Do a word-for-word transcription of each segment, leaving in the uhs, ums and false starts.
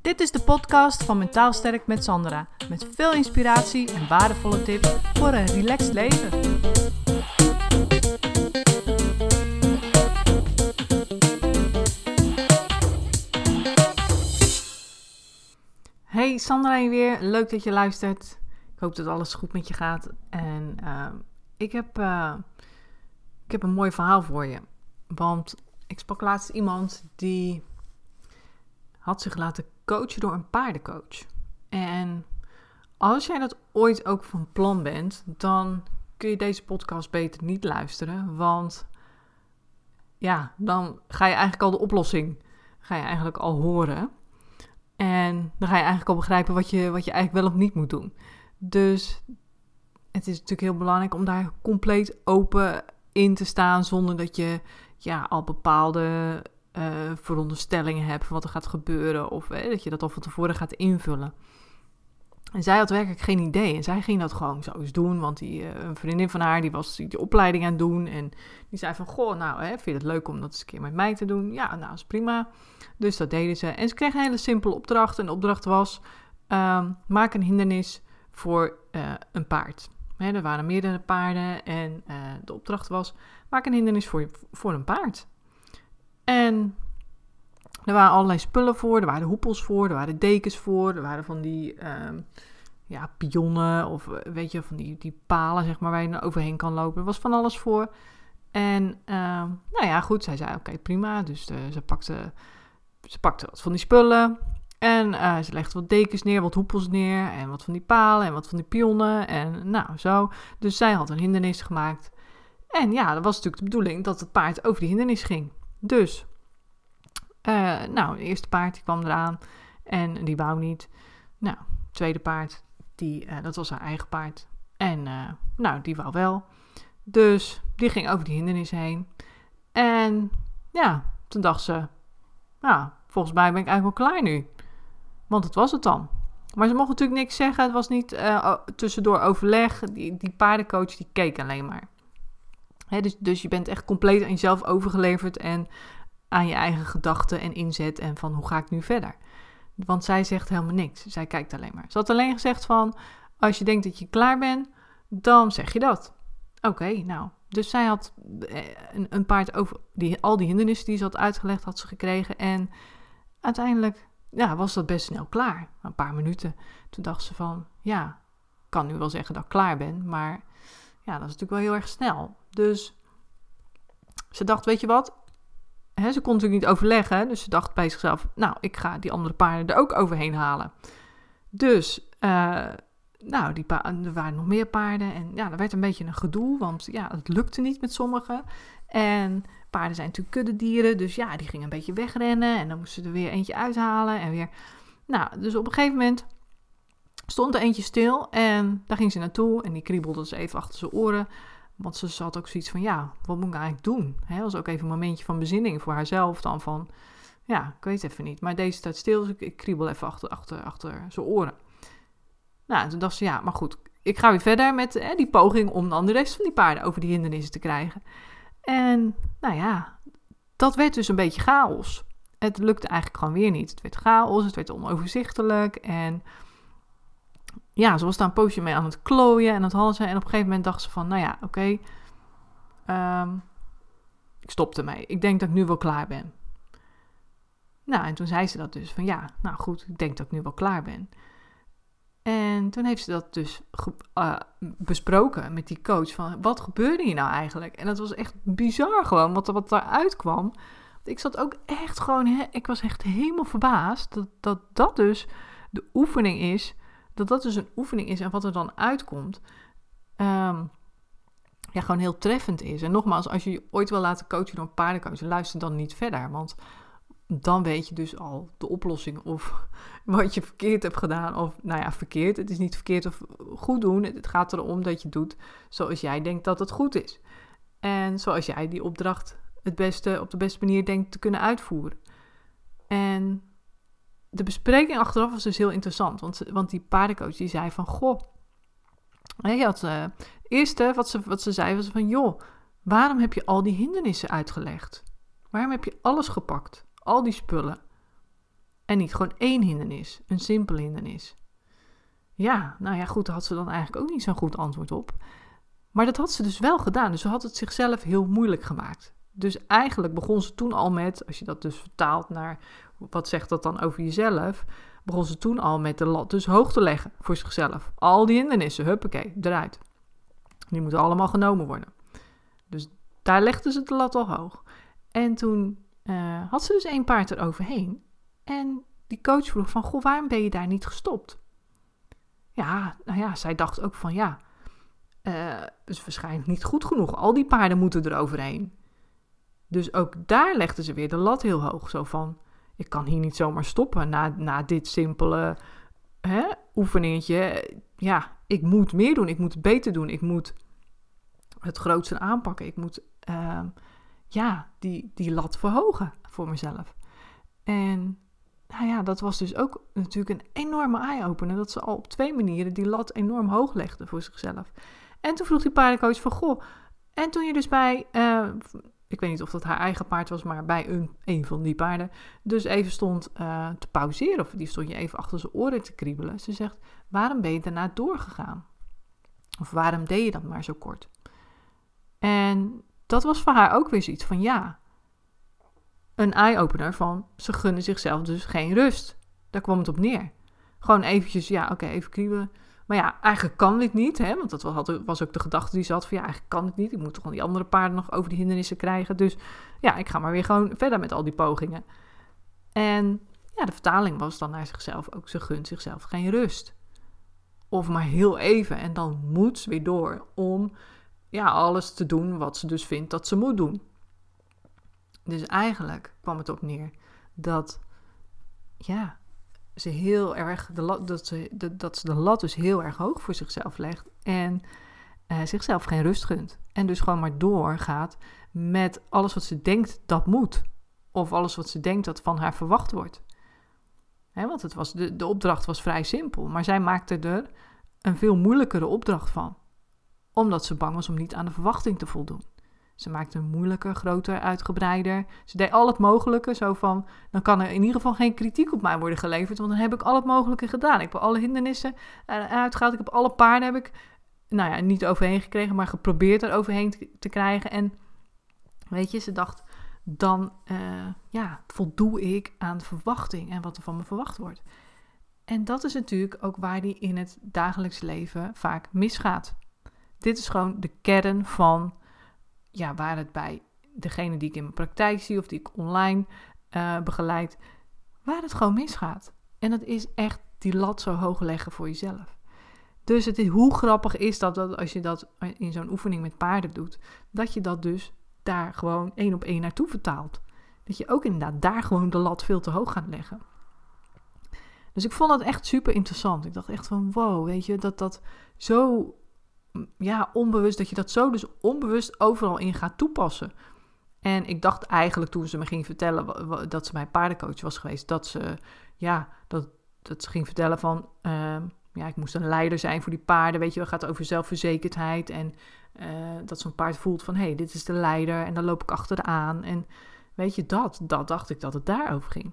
Dit is de podcast van Mentaal Sterk met Sandra. Met veel inspiratie en waardevolle tips voor een relaxed leven. Hey, Sandra hier weer. Leuk dat je luistert. Ik hoop dat alles goed met je gaat. En uh, ik, heb, uh, ik heb een mooi verhaal voor je. Want ik sprak laatst iemand die had zich laten coachen door een paardencoach. En als jij dat ooit ook van plan bent, dan kun je deze podcast beter niet luisteren. Want ja, dan ga je eigenlijk al de oplossing ga je eigenlijk al horen. En dan ga je eigenlijk al begrijpen wat je, wat je eigenlijk wel of niet moet doen. Dus het is natuurlijk heel belangrijk om daar compleet open in te staan, zonder dat je ja, al bepaalde uh, veronderstellingen hebt van wat er gaat gebeuren. Of eh, dat je dat al van tevoren gaat invullen. En zij had werkelijk geen idee. En zij ging dat gewoon zo eens doen. Want die, uh, een vriendin van haar, die was die, die opleiding aan het doen. En die zei van, goh, nou, hè, vind je het leuk om dat eens een keer met mij te doen? Ja, nou, is prima. Dus dat deden ze. En ze kreeg een hele simpele opdracht. En de opdracht was, um, maak een hindernis voor uh, een paard. Hè, er waren meerdere paarden. En uh, de opdracht was, maak een hindernis voor, voor een paard. En er waren allerlei spullen voor, er waren hoepels voor, er waren dekens voor, er waren van die um, ja, pionnen of weet je, van die, die palen zeg maar waar je dan overheen kan lopen. Er was van alles voor. En um, nou ja, goed, zij zei oké, okay, prima. Dus uh, ze, pakte, ze pakte wat van die spullen en uh, ze legde wat dekens neer, wat hoepels neer en wat van die palen en wat van die pionnen en nou zo. Dus zij had een hindernis gemaakt. En ja, dat was natuurlijk de bedoeling dat het paard over die hindernis ging. Dus Uh, nou, de eerste paard die kwam eraan en die wou niet. Nou, het tweede paard, die, uh, dat was haar eigen paard. En uh, nou, die wou wel. Dus die ging over die hindernis heen. En ja, toen dacht ze, nou, volgens mij ben ik eigenlijk wel klaar nu. Want dat was het dan. Maar ze mocht natuurlijk niks zeggen. Het was niet uh, tussendoor overleg. Die, die paardencoach die keek alleen maar. Hè, dus, dus je bent echt compleet aan jezelf overgeleverd en aan je eigen gedachten en inzet en van hoe ga ik nu verder. Want zij zegt helemaal niks. Zij kijkt alleen maar. Ze had alleen gezegd van, als je denkt dat je klaar bent, dan zeg je dat. Oké, okay, nou. Dus zij had een, een paard over die, al die hindernissen die ze had uitgelegd, had ze gekregen. En uiteindelijk ja, was dat best snel klaar. Een paar minuten. Toen dacht ze van, ja, ik kan nu wel zeggen dat ik klaar ben, maar ja, dat is natuurlijk wel heel erg snel. Dus ze dacht, weet je wat? He, ze kon natuurlijk niet overleggen, dus ze dacht bij zichzelf, nou, ik ga die andere paarden er ook overheen halen. Dus, uh, nou, die pa- er waren nog meer paarden en ja, er werd een beetje een gedoe, want ja, het lukte niet met sommigen. En paarden zijn natuurlijk kuddedieren, dus ja, die gingen een beetje wegrennen en dan moesten ze er weer eentje uithalen en weer. Nou, dus op een gegeven moment stond er eentje stil en daar ging ze naartoe en die kriebelde ze even achter zijn oren. Want ze had ook zoiets van, ja, wat moet ik eigenlijk doen? Dat was ook even een momentje van bezinning voor haarzelf. Dan van, ja, ik weet even niet. Maar deze staat stil, dus ik, ik kriebel even achter, achter, achter zijn oren. Nou, en toen dacht ze, ja, maar goed. Ik ga weer verder met hè, die poging om dan de rest van die paarden over die hindernissen te krijgen. En, nou ja, dat werd dus een beetje chaos. Het lukte eigenlijk gewoon weer niet. Het werd chaos, het werd onoverzichtelijk en ja, ze was daar een poosje mee aan het klooien en dat hadden ze. En op een gegeven moment dacht ze van, nou ja, oké. Okay, um, ik stop ermee. Ik denk dat ik nu wel klaar ben. Nou, en toen zei ze dat dus. Van ja, nou goed, ik denk dat ik nu wel klaar ben. En toen heeft ze dat dus ge- uh, besproken met die coach. Van, wat gebeurde hier nou eigenlijk? En dat was echt bizar gewoon, wat, wat daaruit kwam. Ik zat ook echt gewoon, he, ik was echt helemaal verbaasd. Dat, dat dat dus de oefening is. Dat dat dus een oefening is en wat er dan uitkomt, um, ja, gewoon heel treffend is. En nogmaals, als je je ooit wil laten coachen door een paardencoach, luister dan niet verder. Want dan weet je dus al de oplossing of wat je verkeerd hebt gedaan. Of, nou ja, verkeerd. Het is niet verkeerd of goed doen. Het gaat erom dat je doet zoals jij denkt dat het goed is. En zoals jij die opdracht het beste, op de beste manier denkt te kunnen uitvoeren. En de bespreking achteraf was dus heel interessant. Want, want die paardencoach die zei van, goh, je had, uh, het eerste wat ze, wat ze zei was van, joh, waarom heb je al die hindernissen uitgelegd? Waarom heb je alles gepakt? Al die spullen. En niet gewoon één hindernis, een simpel hindernis. Ja, nou ja, goed, daar had ze dan eigenlijk ook niet zo'n goed antwoord op. Maar dat had ze dus wel gedaan. Dus ze had het zichzelf heel moeilijk gemaakt. Dus eigenlijk begon ze toen al met, als je dat dus vertaalt naar, wat zegt dat dan over jezelf, begon ze toen al met de lat dus hoog te leggen voor zichzelf. Al die hindernissen, huppakee, eruit. Die moeten allemaal genomen worden. Dus daar legde ze de lat al hoog. En toen uh, had ze dus één paard eroverheen. En die coach vroeg van, goh, waarom ben je daar niet gestopt? Ja, nou ja, zij dacht ook van, ja, uh, is waarschijnlijk niet goed genoeg. Al die paarden moeten eroverheen. Dus ook daar legde ze weer de lat heel hoog. Zo van, ik kan hier niet zomaar stoppen na, na dit simpele hè, oefeningetje. Ja, ik moet meer doen. Ik moet het beter doen. Ik moet het grootste aanpakken. Ik moet uh, ja, die, die lat verhogen voor mezelf. En nou ja, dat was dus ook natuurlijk een enorme eye-opener. Dat ze al op twee manieren die lat enorm hoog legde voor zichzelf. En toen vroeg die paardencoach van, goh, en toen je dus bij, uh, ik weet niet of dat haar eigen paard was, maar bij een, een van die paarden, dus even stond uh, te pauzeren, of die stond je even achter zijn oren te kriebelen. Ze zegt, waarom ben je daarna doorgegaan? Of waarom deed je dat maar zo kort? En dat was voor haar ook weer zoiets van, ja, een eye-opener van, ze gunnen zichzelf dus geen rust. Daar kwam het op neer. Gewoon eventjes, ja, oké, okay, even kriebelen. Maar ja, eigenlijk kan dit niet, hè, want dat was ook de gedachte die ze had van, ja, eigenlijk kan het niet. Ik moet toch die andere paarden nog over die hindernissen krijgen. Dus ja, ik ga maar weer gewoon verder met al die pogingen. En ja, de vertaling was dan naar zichzelf ook, ze gunt zichzelf geen rust. Of maar heel even en dan moet ze weer door om ja, alles te doen wat ze dus vindt dat ze moet doen. Dus eigenlijk kwam het op neer dat, ja, ze heel erg de lat, dat, ze, de, dat ze de lat dus heel erg hoog voor zichzelf legt en uh, zichzelf geen rust gunt. En dus gewoon maar doorgaat met alles wat ze denkt dat moet. Of alles wat ze denkt dat van haar verwacht wordt. Hè, want het was, de, de opdracht was vrij simpel, maar zij maakte er een veel moeilijkere opdracht van. Omdat ze bang was om niet aan de verwachting te voldoen. Ze maakte hem moeilijker, groter, uitgebreider. Ze deed al het mogelijke, zo van, dan kan er in ieder geval geen kritiek op mij worden geleverd, want dan heb ik al het mogelijke gedaan. Ik heb alle hindernissen uitgehaald, ik heb alle paarden heb ik, nou ja, niet overheen gekregen, maar geprobeerd er overheen te, te krijgen. En weet je, ze dacht, dan uh, ja, voldoe ik aan de verwachting en wat er van me verwacht wordt. En dat is natuurlijk ook waar die in het dagelijks leven vaak misgaat. Dit is gewoon de kern van, ja, waar het bij degene die ik in mijn praktijk zie of die ik online uh, begeleid, waar het gewoon misgaat. En dat is echt die lat zo hoog leggen voor jezelf. Dus het is, hoe grappig is dat, dat als je dat in zo'n oefening met paarden doet, dat je dat dus daar gewoon één op één naartoe vertaalt. Dat je ook inderdaad daar gewoon de lat veel te hoog gaat leggen. Dus ik vond dat echt super interessant. Ik dacht echt van wow, weet je, dat dat zo, ja, onbewust, dat je dat zo dus onbewust overal in gaat toepassen. En ik dacht eigenlijk toen ze me ging vertellen dat ze mijn paardencoach was geweest, dat ze, ja, dat, dat ze ging vertellen van, uh, ja, ik moest een leider zijn voor die paarden, weet je, het gaat over zelfverzekerdheid en uh, dat zo'n paard voelt van, hé, hey, dit is de leider en dan loop ik achteraan en weet je, dat, dat dacht ik dat het daarover ging.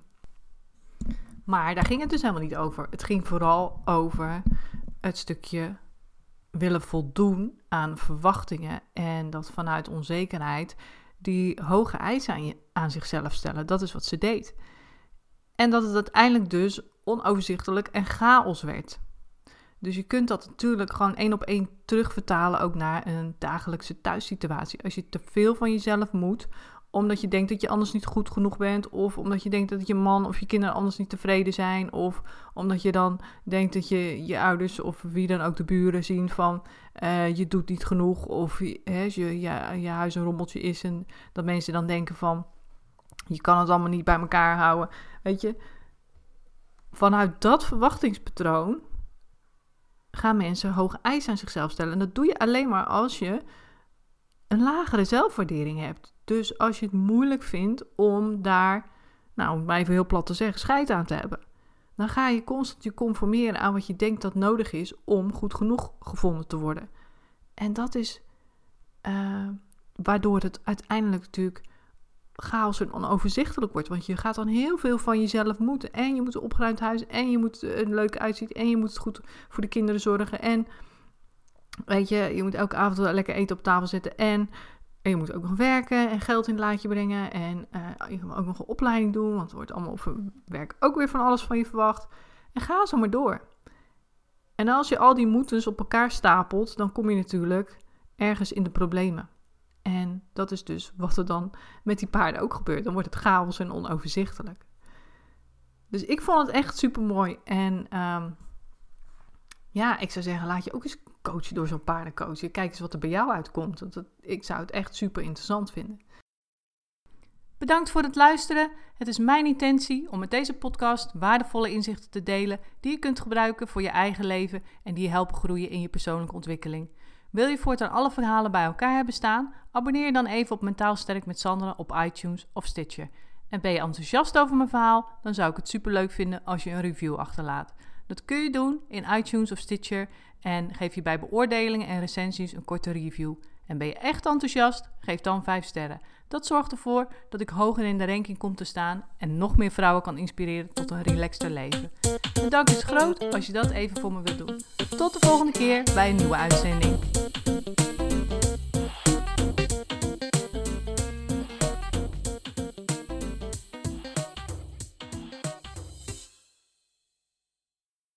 Maar daar ging het dus helemaal niet over. Het ging vooral over het stukje willen voldoen aan verwachtingen en dat vanuit onzekerheid die hoge eisen aan, je, aan zichzelf stellen. Dat is wat ze deed. En dat het uiteindelijk dus onoverzichtelijk en chaos werd. Dus je kunt dat natuurlijk gewoon één op één terugvertalen ook naar een dagelijkse thuissituatie. Als je te veel van jezelf moet, omdat je denkt dat je anders niet goed genoeg bent, of omdat je denkt dat je man of je kinderen anders niet tevreden zijn, of omdat je dan denkt dat je je ouders of wie dan ook de buren zien van uh, je doet niet genoeg, of hè, je, je, je huis een rommeltje is en dat mensen dan denken van je kan het allemaal niet bij elkaar houden. Weet je, vanuit dat verwachtingspatroon gaan mensen hoge eisen aan zichzelf stellen. En dat doe je alleen maar als je een lagere zelfwaardering hebt. Dus als je het moeilijk vindt om daar, nou, om maar even heel plat te zeggen, scheid aan te hebben, dan ga je constant je conformeren aan wat je denkt dat nodig is om goed genoeg gevonden te worden. En dat is uh, waardoor het uiteindelijk natuurlijk chaos en onoverzichtelijk wordt. Want je gaat dan heel veel van jezelf moeten. En je moet een opgeruimd huis. En je moet er leuk uitzien. En je moet het goed voor de kinderen zorgen. En weet je, je moet elke avond lekker eten op tafel zetten. En, en je moet ook nog werken en geld in het laadje brengen. En uh, je moet ook nog een opleiding doen. Want er wordt allemaal op werk ook weer van alles van je verwacht. En ga zo maar door. En als je al die moetens op elkaar stapelt, dan kom je natuurlijk ergens in de problemen. En dat is dus wat er dan met die paarden ook gebeurt. Dan wordt het chaos en onoverzichtelijk. Dus ik vond het echt super mooi. En um, ja, ik zou zeggen, laat je ook eens coachen door zo'n paardencoach. Kijk eens wat er bij jou uitkomt. Want dat, ik zou het echt super interessant vinden. Bedankt voor het luisteren. Het is mijn intentie om met deze podcast waardevolle inzichten te delen die je kunt gebruiken voor je eigen leven en die je helpen groeien in je persoonlijke ontwikkeling. Wil je voortaan alle verhalen bij elkaar hebben staan? Abonneer je dan even op Mentaal Sterk met Sandra op iTunes of Stitcher. En ben je enthousiast over mijn verhaal? Dan zou ik het superleuk vinden als je een review achterlaat. Dat kun je doen in iTunes of Stitcher en geef je bij beoordelingen en recensies een korte review. En ben je echt enthousiast? Geef dan vijf sterren. Dat zorgt ervoor dat ik hoger in de ranking kom te staan en nog meer vrouwen kan inspireren tot een relaxter leven. De dank is groot als je dat even voor me wilt doen. Tot de volgende keer bij een nieuwe uitzending.